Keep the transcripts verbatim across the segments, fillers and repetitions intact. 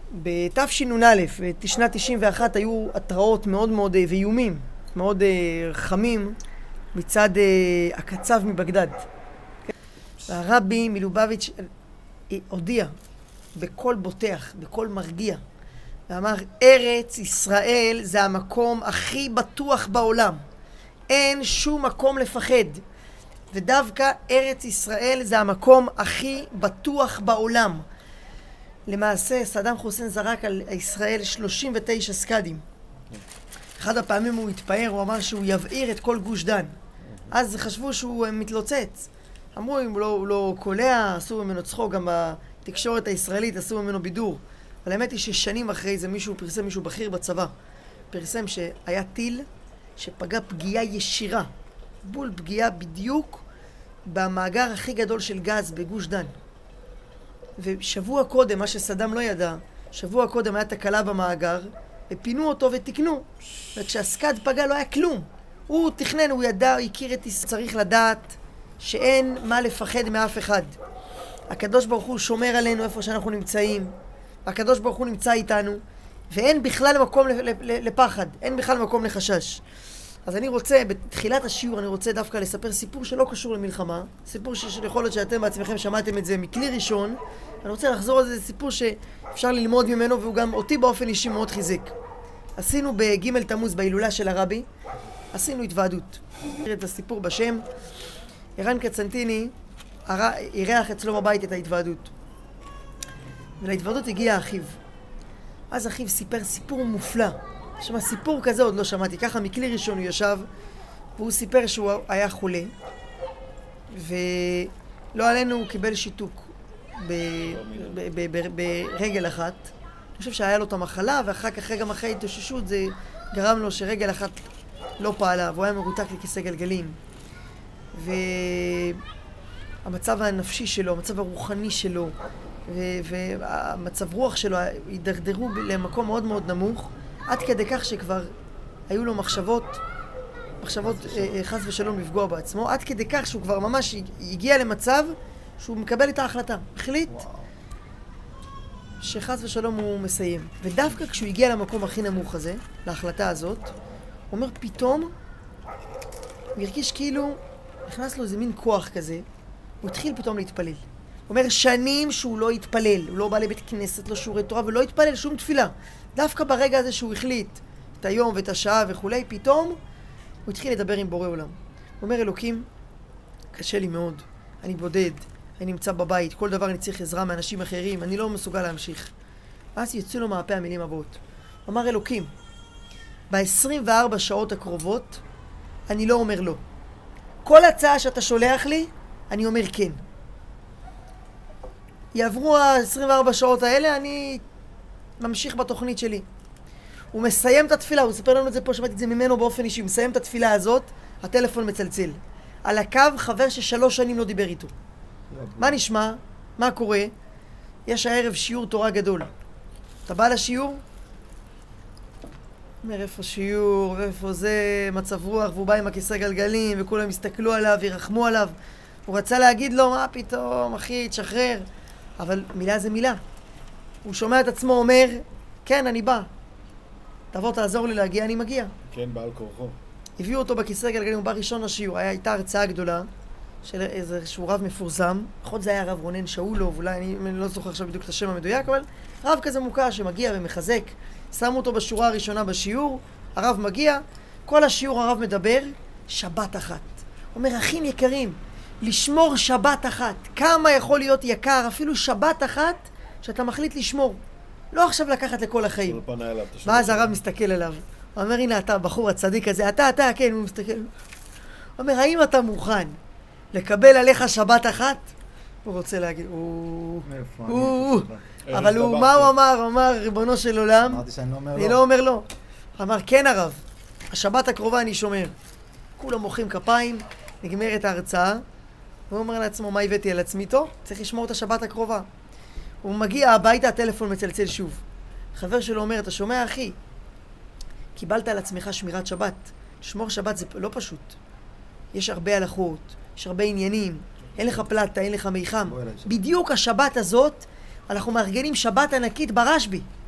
בתשנ"א, בשנת תשעים ואחת, היו התראות מאוד מאוד ואיומים, מאוד חמים, מצד הקצב מבגדד. והרבי מלובביץ' הודיע בקול בוטח, בקול מרגיע, ואמר, ארץ ישראל זה המקום הכי בטוח בעולם. אין שום מקום לפחד. ודווקא ארץ ישראל זה המקום הכי בטוח בעולם. למעשה, סדאם חוסיין זרק על ישראל שלושים ותשע סקאדים. אחד הפעמים הוא התפאר, הוא אמר שהוא יבעיר את כל גוש דן. אז חשבו שהוא מתלוצץ. אמרו, אם הוא לא, הוא לא קולע, עשו ממנו צחוק, גם בתקשורת הישראלית עשו ממנו בידור. אבל האמת היא ששנים אחרי זה מישהו פרסם, מישהו בכיר בצבא, פרסם שהיה טיל שפגע פגיעה ישירה, בול פגיעה בדיוק במאגר הכי גדול של גז בגוש דן. ושבוע קודם, מה שסדאם לא ידע, שבוע קודם היה תקלה במאגר, ופינו אותו ותקנו. וכשהסקאד פגע לא היה כלום. הוא תכנן, הוא ידע, הוא הכיר את ישראל. צריך לדעת שאין מה לפחד מאף אחד. הקדוש ברוך הוא שומר עלינו איפה שאנחנו נמצאים. הקדוש ברוך הוא נמצא איתנו, ואין בכלל מקום לפחד, אין בכלל מקום לחשש. אז אני רוצה, בתחילת השיעור, אני רוצה דווקא לספר סיפור שלא קשור למלחמה, סיפור שיכול להיות שאתם בעצמכם שמעתם את זה מכלי ראשון. אני רוצה לחזור על זה, זה סיפור שאפשר ללמוד ממנו, והוא גם אותי באופן אישי מאוד חיזק. עשינו בג' תמוז בהילולה של הרבי, עשינו התוועדות. את הסיפור בשם, ערן קצנטיני אירח אצלו בבית את ההתוועדות. ולהתוועדות הגיע אחיו. אז אחיו סיפר סיפור מופלא. שמה, סיפור כזה עוד לא שמעתי. ככה מכלי ראשון הוא ישב, והוא סיפר שהוא היה חולה, ולא עלינו הוא קיבל שיתוק ברגל אחת. אני חושב שהיה לו את המחלה, ואחר כך גם אחרי התאוששות זה גרם לו שרגל אחת לא פעלה, והוא היה מרותק לכיסא גלגלים. והמצב הנפשי שלו, המצב הרוחני שלו, והמצב רוח שלו הידרדרו למקום מאוד מאוד נמוך, עד כדי כך שכבר היו לו מחשבות, מחשבות חס ושלום לפגוע בעצמו, עד כדי כך שהוא כבר ממש הגיע למצב שהוא מקבל את ההחלטה. החליט שחס ושלום הוא מסיים. ודווקא כשהוא הגיע למקום הכי נמוך הזה, להחלטה הזאת, הוא אומר פתאום, הוא הרגיש כאילו נכנס לו איזה מין כוח כזה, הוא התחיל פתאום להתפלל. הוא אומר שנים שהוא לא התפלל, הוא לא בא לבית כנסת, לא שיעורי תורה, ולא התפלל שום תפילה. דווקא ברגע הזה שהוא החליט את היום ואת השעה וכולי, פתאום הוא התחיל לדבר עם בורא עולם. הוא אומר, אלוקים, קשה לי מאוד, אני בודד, אני נמצא בבית, כל דבר אני צריך עזרה מאנשים אחרים, אני לא מסוגל להמשיך. ואז יצאו לו מהפה המילים הבאות. הוא אמר, אלוקים, ב-עשרים וארבע שעות הקרובות אני לא אומר לא. כל הצעה שאתה שולח לי, אני אומר כן. יעברו ה-עשרים וארבע שעות האלה, אני ממשיך בתוכנית שלי. הוא מסיים את התפילה, הוא ספר לנו את זה פה, שמעתי את זה ממנו באופן אישי, הוא מסיים את התפילה הזאת, הטלפון מצלצל. על הקו חבר ששלוש שנים לא דיבר איתו. מה נשמע? מה קורה? יש הערב שיעור תורה גדול. אתה בא לשיעור? אומר, איפה שיעור, איפה זה, מצב רוח, והוא בא עם הכיסא גלגלים, וכולם הסתכלו עליו, ירחמו עליו. הוא רצה להגיד לו, מה פתאום, אחי, תשחרר. אבל מילה זה מילה. הוא שומע את עצמו אומר, כן, אני בא. תבוא, תעזור לי להגיע, אני מגיע. כן, בעל כורחו. הביאו אותו בכיסא גלגלים, הוא בא ראשון לשיעור. הייתה הרצאה גדולה של איזשהו רב מפורסם. יכול זה היה רב רונן שאולוב, אולי אני, אני לא זוכר עכשיו בדיוק את השם המדויק, אבל רב כזה מוכר שמגיע ומחזק. שמו אותו בשורה הראשונה בשיעור, הרב מגיע, כל השיעור הרב מדבר, שבת אחת. אומר, אחים יקרים, לשמור שבת אחת. כמה יכול להיות יקר, אפילו שבת אחת, שאתה מחליט לשמור. לא עכשיו לקחת לכל החיים. ואז הרב מסתכל עליו. הוא אומר, הנה אתה, בחור הצדיק הזה, אתה, אתה, כן, הוא מסתכל. הוא אומר, האם אתה מוכן לקבל עליך שבת אחת? הוא רוצה להגיד, הוא... הוא... אבל הוא, מה הוא אמר? הוא אמר, ריבונו של עולם, אמרתי שאני לא אומר אני לא. לא אומר לא. אמר, כן הרב, השבת הקרובה אני שומר. כולם מוחאים כפיים, נגמרת ההרצאה, והוא אומר לעצמו, מה הבאתי על עצמי טוב? צריך לשמור את השבת הקרובה. הוא מגיע הביתה, הטלפון מצלצל שוב. חבר שלו אומר, אתה שומע אחי? קיבלת על עצמך שמירת שבת. לשמור שבת זה לא פשוט. יש הרבה הלכות, יש הרבה עניינים, אין לך פלטה, אין לך מיחם. בדיוק השבת הזאת, אנחנו מארגנים שבת ענקית ברשבי.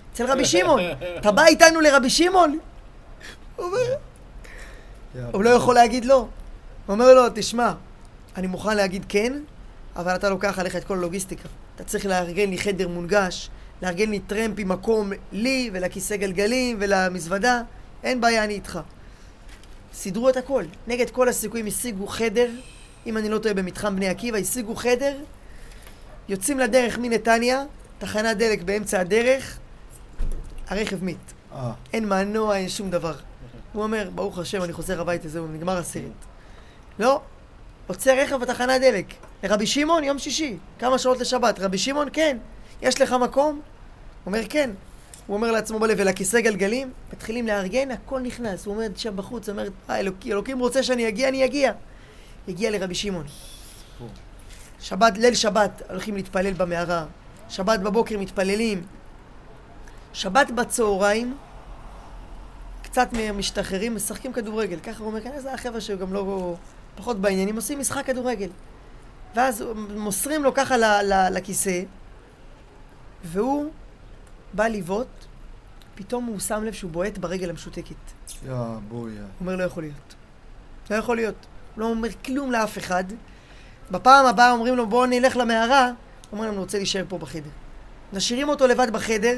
אצל רבי שמעון. אתה בא איתנו לרבי שמעון? הוא אומר, הוא לא יכול להגיד לא. הוא אומר לו, תשמע, אני מוכן להגיד כן, אבל אתה לוקח עליך את כל הלוגיסטיקה. אתה צריך לארגן לי חדר מונגש, לארגן לי טרמפ עם מקום לי ולכיסא גלגלים ולמזוודה. אין בעיה, אני איתך. סידרו את הכל. נגד כל הסיכויים השיגו חדר, אם אני לא טועה במתחם בני עקיבא, השיגו חדר, יוצאים לדרך מנתניה, תחנת דלק באמצע הדרך, הרכב מת. אה. אין מנוע, אין שום דבר. הוא אומר, ברוך השם, אני חוזר הביתה, זהו, נגמר הסרט. לא, עוצר רכב בתחנת דלק. לרבי שמעון, יום שישי, כמה שעות לשבת. רבי שמעון, כן. יש לך מקום? הוא אומר, כן. הוא אומר לעצמו בלב, ולכיסא גלגלים, מתחילים לארגן, הכל נכנס. הוא אומר, שם בחוץ, הוא אומר, אה, אלוקים, אלוקים רוצה שאני אגיע, אני אגיע. הגיע לרבי שמעון. שבת, ליל שבת, הולכים להתפלל במערה. שבת בבוקר מתפללים. שבת בצהריים, קצת משתחררים, משחקים כדורגל. ככה הוא אומר, כן, זה החבר'ה שהוא גם לא פחות בעניינים, עושים משחק כדורגל. ואז מוסרים לו ככה ל- ל- לכיסא, והוא בא לבעוט, פתאום הוא שם לב שהוא בועט ברגל המשותקת. יא בויה. הוא אומר, לא יכול להיות. לא יכול להיות. הוא לא אומר כלום לאף אחד. בפעם הבאה אומרים לו, בואו נלך למערה. הוא אומר להם, אני רוצה להישאר פה בחדר. נשאירים אותו לבד בחדר,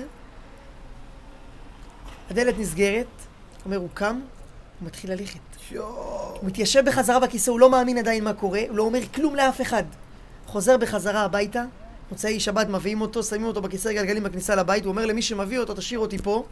הדלת נסגרת, הוא אומר, הוא קם, הוא מתחיל ללכת. יו. הוא מתיישב בחזרה בכיסא, הוא לא מאמין עדיין מה קורה, הוא לא אומר כלום לאף אחד. חוזר בחזרה הביתה, מוצאי שבת מביאים אותו, שמים אותו בכיסא גלגלים בכניסה לבית, הוא אומר למי שמביא אותו, תשאיר אותי פה.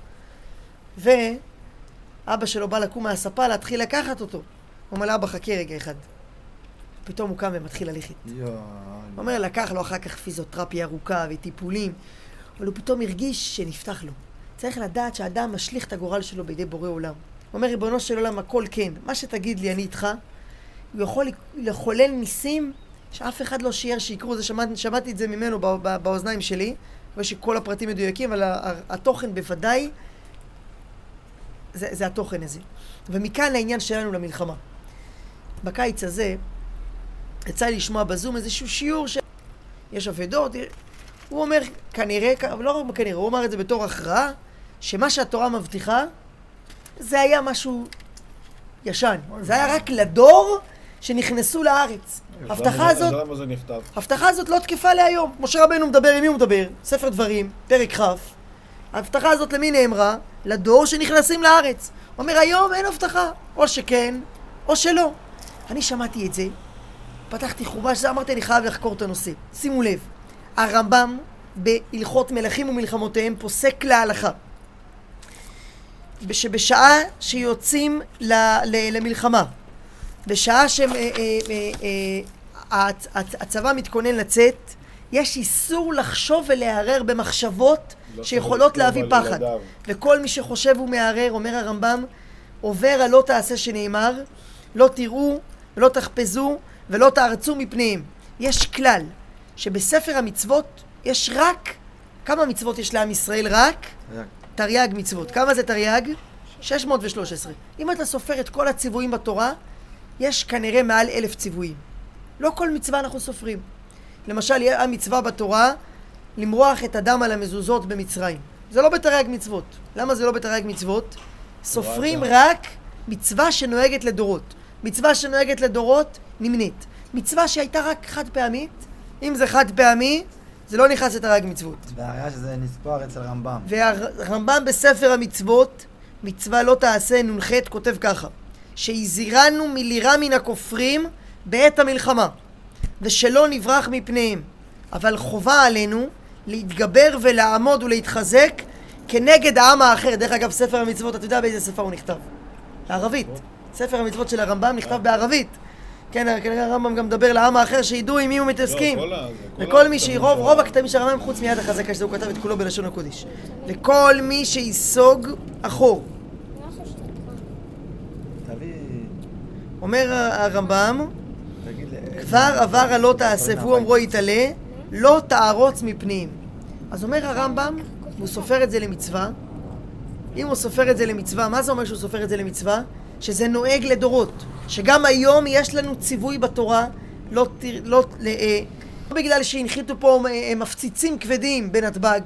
ואבא שלו בא לקום מהספה, להתחיל לקחת אותו. הוא אומר לאבא, חכה רגע אחד. פתאום הוא קם ומתחיל ללכת. יו. הוא אומר, לקח לו אחר כך פיזיותרפיה ארוכה וטיפולים, אבל הוא פתאום הרגיש שנפתח לו. צריך לדעת שהאדם משליך את הגורל שלו בידי בורא עולם. הוא אומר, ריבונו של עולם, הכל כן. מה שתגיד לי, אני איתך. הוא יכול לחולל ניסים שאף אחד לא שיער שיקרו. זה שמעתי, שמעתי את זה ממנו בא, בא, באוזניים שלי. ויש שכל הפרטים מדויקים, אבל התוכן בוודאי, זה, זה התוכן הזה. ומכאן לעניין שלנו למלחמה. בקיץ הזה, יצא לי לשמוע בזום איזשהו שיעור שיש אבדות. הוא אומר, כנראה, אבל לא רק כנראה, הוא אמר את זה בתור הכרעה, שמה שהתורה מבטיחה, זה היה משהו ישן. זה היה רק לדור שנכנסו לארץ. ההבטחה הזאת, למה זה נכתב? ההבטחה הזאת לא תקפה להיום. משה רבנו מדבר, עם מי הוא מדבר? ספר דברים, פרק כ'. ההבטחה הזאת למי נאמרה? לדור שנכנסים לארץ. הוא אומר, היום אין הבטחה. או שכן, או שלא. אני שמעתי את זה, פתחתי חומש, זה אמרתי, אני חייב לחקור את הנושא. שימו לב. הרמב"ם בהלכות מלכים ומלחמותיהם פוסק להלכה שבשעה שיוצאים למלחמה, בשעה שהצבא מתכונן לצאת, יש איסור לחשוב ולהערר במחשבות שיכולות להביא פחד. וכל מי שחושב ומערער, אומר הרמב"ם, עובר על לא תעשה שנאמר, לא תראו ולא תחפזו ולא תארצו מפניהם. יש כלל שבספר המצוות יש רק, כמה מצוות יש לעם ישראל? רק תרי"ג מצוות. כמה זה תרי"ג? שש מאות ושלוש עשרה. אם אתה סופר את כל הציוויים בתורה, יש כנראה מעל אלף ציוויים. לא כל מצווה אנחנו סופרים. למשל, המצווה בתורה למרוח את הדם על המזוזות במצרים. זה לא בתרי"ג מצוות. למה זה לא בתרי"ג מצוות? סופרים רק מצווה שנוהגת לדורות. מצווה שנוהגת לדורות נמנית. מצווה שהייתה רק חד פעמית, אם זה חד פעמי, זה לא נכנס לתרי"ג מצוות. והראיה שזה נספר אצל רמב"ם. והרמב"ם בספר המצוות, מצווה לא תעשה נ"ח, כותב ככה, שהזהירנו מלירה מן הכופרים בעת המלחמה, ושלא נברח מפניהם, אבל חובה עלינו להתגבר ולעמוד ולהתחזק כנגד העם האחר. דרך אגב, ספר המצוות, אתה יודע באיזה שפה הוא נכתב? בערבית. ספר המצוות של הרמב"ם נכתב בערבית. כן, כנראה הרמב"ם גם מדבר לעם האחר, שידעו עם מי הוא מתעסקים. וכל מי שרוב, רוב הכתבים של הרמב"ם חוץ מיד החזקה, שזה הוא כתב את כולו בלשון הקודש. וכל מי שיסוג אחור. אומר הרמב"ם, כבר עבר הלא תעשה, והוא אמרו יתעלה, לא תערוץ מפנים. אז אומר הרמב"ם, הוא סופר את זה למצווה. אם הוא סופר את זה למצווה, מה זה אומר שהוא סופר את זה למצווה? שזה נוהג לדורות. שגם היום יש לנו ציווי בתורה, לא, לא, לא, לא בגלל שהנחיתו פה מפציצים כבדים בנתב"ג,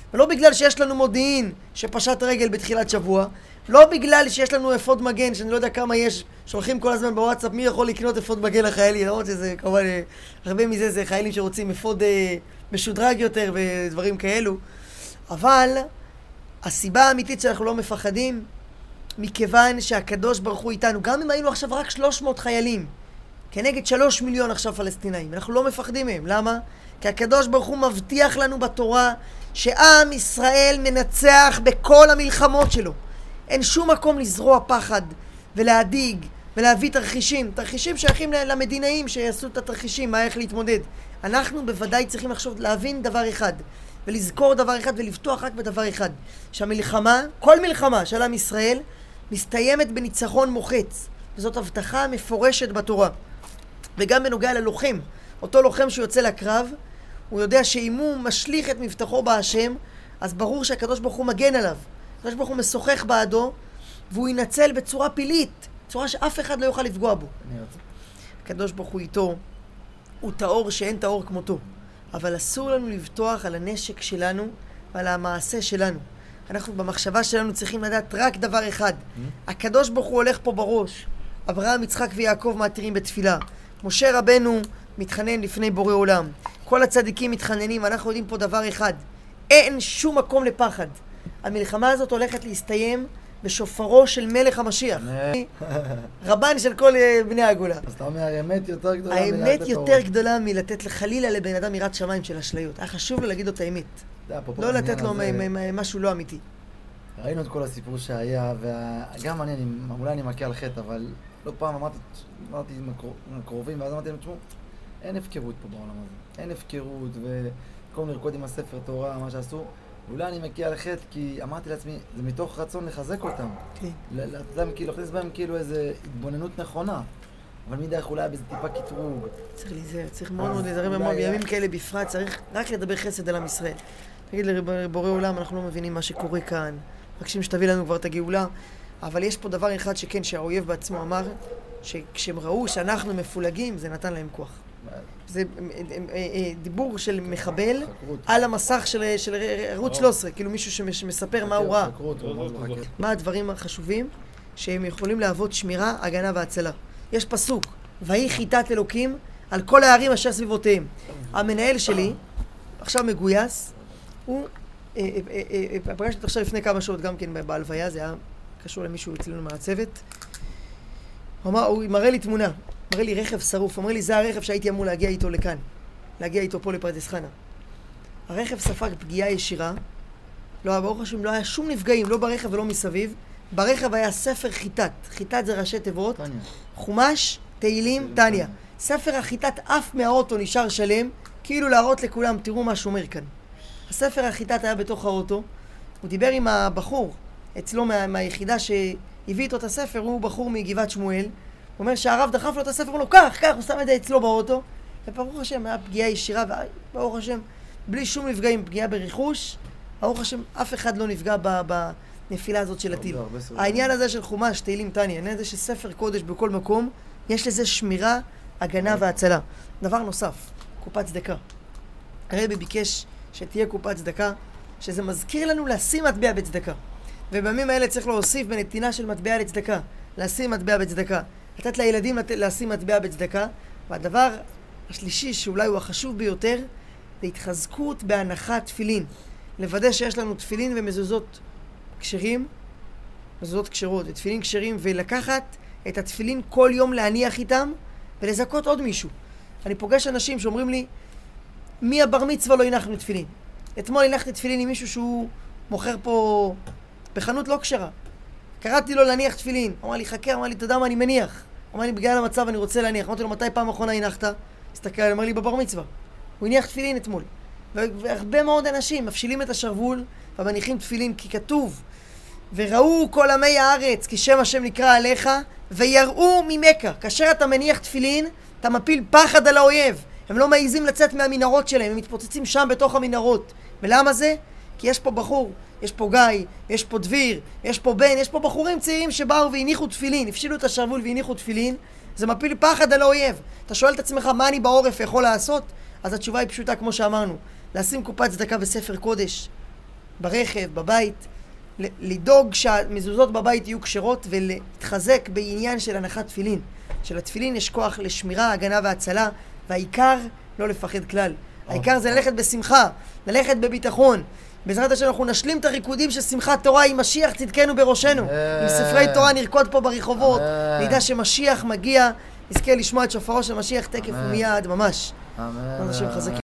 ולא בגלל שיש לנו מודיעין שפשט רגל בתחילת שבוע, לא בגלל שיש לנו אפוד מגן, שאני לא יודע כמה יש, שולחים כל הזמן בוואטסאפ מי יכול לקנות אפוד מגן לחיילי, למרות שזה כמובן, הרבה מזה זה חיילים שרוצים אפוד אה, משודרג יותר ודברים כאלו, אבל הסיבה האמיתית שאנחנו לא מפחדים, מכיוון שהקדוש ברוך הוא איתנו, גם אם היינו עכשיו רק שלוש מאות חיילים, כנגד שלוש מיליון עכשיו פלסטינאים, אנחנו לא מפחדים מהם. למה? כי הקדוש ברוך הוא מבטיח לנו בתורה שעם ישראל מנצח בכל המלחמות שלו. אין שום מקום לזרוע פחד ולהדיג ולהביא תרחישים. תרחישים שייכים למדינאים שיעשו את התרחישים, מה איך להתמודד. אנחנו בוודאי צריכים לחשוב, להבין דבר אחד, ולזכור דבר אחד ולבטוח רק בדבר אחד. שהמלחמה, כל מלחמה של עם ישראל, מסתיימת בניצחון מוחץ. וזאת הבטחה מפורשת בתורה. וגם בנוגע ללוחם, אותו לוחם שיוצא לקרב, הוא יודע שאם הוא משליך את מבטחו בהשם, אז ברור שהקדוש ברוך הוא מגן עליו. הקדוש ברוך הוא משוחח בעדו, והוא ינצל בצורה פילית, בצורה שאף אחד לא יוכל לפגוע בו. הקדוש ברוך הוא איתו, הוא טהור שאין טהור כמותו. אבל אסור לנו לבטוח על הנשק שלנו ועל המעשה שלנו. אנחנו במחשבה שלנו צריכים לדעת רק דבר אחד. הקדוש ברוך הוא הולך פה בראש. אברהם, יצחק ויעקב מעתירים בתפילה. משה רבנו מתחנן לפני בורא עולם. כל הצדיקים מתחננים, אנחנו יודעים פה דבר אחד. אין שום מקום לפחד. המלחמה הזאת הולכת להסתיים בשופרו של מלך המשיח. רבן של כל בני הגולה. אז אתה אומר, האמת יותר גדולה מלתת האמת יותר גדולה מלתת חלילה לבן אדם יראת שמיים של אשליות. היה חשוב לו להגיד לו את האמת. לא לתת לו משהו לא אמיתי. ראינו את כל הסיפור שהיה, וגם אני, אולי אני מכה על חטא, אבל לא פעם אמרתי עם הקרובים, ואז אמרתי להם, תשמעו, אין הפקרות פה בעולם הזה. אין הפקרות, וכל נרקוד עם הספר תורה, מה שעשו. אולי אני מכה על חטא, כי אמרתי לעצמי, זה מתוך רצון לחזק אותם. כן. להכניס בהם כאילו איזו התבוננות נכונה. אבל מי דרך אולי היה בזה טיפה קטרוג. צריך להיזהר, צריך מאוד מאוד להיזהר במון, בימים כאלה בפרט צריך רק לדבר חסד על עם ישראל. תגיד לבורא עולם, אנחנו לא מבינים מה שקורה כאן, מבקשים שתביא לנו כבר את הגאולה, אבל יש פה דבר אחד שכן, שהאויב בעצמו אמר, שכשהם ראו שאנחנו מפולגים, זה נתן להם כוח. זה דיבור של מחבל על המסך של ערוץ שלוש עשרה, כאילו מישהו שמספר מה הוא ראה. מה הדברים החשובים שהם יכולים להוות שמירה, הגנה והצלה. יש פסוק, ויהי חיטת אלוקים על כל הערים אשר סביבותיהם. המנהל שלי, עכשיו מגויס, הוא פגשתי אותו עכשיו לפני כמה שעות גם כן בהלוויה, זה היה קשור למישהו אצלנו מהצוות. הוא אמר, הוא מראה לי תמונה, מראה לי רכב שרוף, אומר לי זה הרכב שהייתי אמור להגיע איתו לכאן, להגיע איתו פה לפרדס חנה. הרכב ספג פגיעה ישירה, לא, ברוך השם, לא היה שום נפגעים, לא ברכב ולא מסביב. ברכב היה ספר חיטת, חיטת זה ראשי תיבות, חומש, תהילים, תניה. ספר החיטת אף מהאוטו נשאר שלם, כאילו להראות לכולם, תראו מה שומר כאן. הספר החיטת היה בתוך האוטו, הוא דיבר עם הבחור, אצלו מה, מהיחידה שהביא איתו את הספר, הוא בחור מגבעת שמואל, הוא אומר שהרב דחף לו את הספר, הוא לא, כך, כך, הוא שם את זה אצלו באוטו, וברוך השם, היה פגיעה ישירה, וברוך השם, בלי שום נפגעים, פגיעה ברכוש, ברוך השם, אף אחד לא נפגע ב... ב נפילה הזאת של הטיל. העניין הזה של חומש, תהילים, תניה, העניין הזה של ספר קודש בכל מקום, יש לזה שמירה, הגנה והצלה. דבר נוסף, קופת צדקה. הרבי ביקש שתהיה קופת צדקה, שזה מזכיר לנו לשים מטבע בצדקה. ובימים האלה צריך להוסיף בנתינה של מטבע לצדקה, לשים מטבע בצדקה. לתת לילדים לשים מטבע בצדקה. והדבר השלישי, שאולי הוא החשוב ביותר, זה התחזקות בהנחת תפילין. לוודא שיש לנו תפילין ומזוזות קשרים, מזוזות קשרות, תפילין קשרים, ולקחת את התפילין כל יום להניח איתם ולזכות עוד מישהו. אני פוגש אנשים שאומרים לי, מי הבר מצווה לא הנחנו תפילין? אתמול הנחתי תפילין עם מישהו שהוא מוכר פה בחנות לא קשרה. קראתי לו להניח תפילין, אמר לי חכה, אמר לי אתה יודע מה אני מניח? אמר לי בגלל המצב אני רוצה להניח. אמרתי לו מתי פעם אחרונה הנחת? הסתכל עליי, אמר לי בבר מצווה. הוא הניח תפילין אתמול. והרבה מאוד אנשים מפשילים את השרוול ומניחים תפילין, כי כתוב וראו כל עמי הארץ כי שם השם נקרא עליך ויראו ממכה. כאשר אתה מניח תפילין אתה מפיל פחד על האויב, הם לא מעיזים לצאת מהמנהרות שלהם, הם מתפוצצים שם בתוך המנהרות. ולמה זה? כי יש פה בחור, יש פה גיא, יש פה דביר, יש פה בן, יש פה בחורים צעירים שבאו והניחו תפילין, הפשילו את השרוול והניחו תפילין. זה מפיל פחד על האויב. אתה שואל את עצמך מה אני בעורף יכול לעשות? אז התשובה היא פשוטה כמו שאמרנו, לשים קופת צדקה וספר קודש ברכב, בבית, לדאוג שהמזוזות בבית יהיו כשרות ולהתחזק בעניין של הנחת תפילין. שלתפילין יש כוח לשמירה, הגנה והצלה, והעיקר לא לפחד כלל. העיקר זה ללכת בשמחה, ללכת בביטחון. בעזרת השם אנחנו נשלים את הריקודים של שמחת תורה עם משיח צדקנו בראשנו. עם ספרי תורה נרקוד פה ברחובות. נדע שמשיח מגיע, נזכה לשמוע את שופרו של משיח תקף ומיד, ממש. אמן.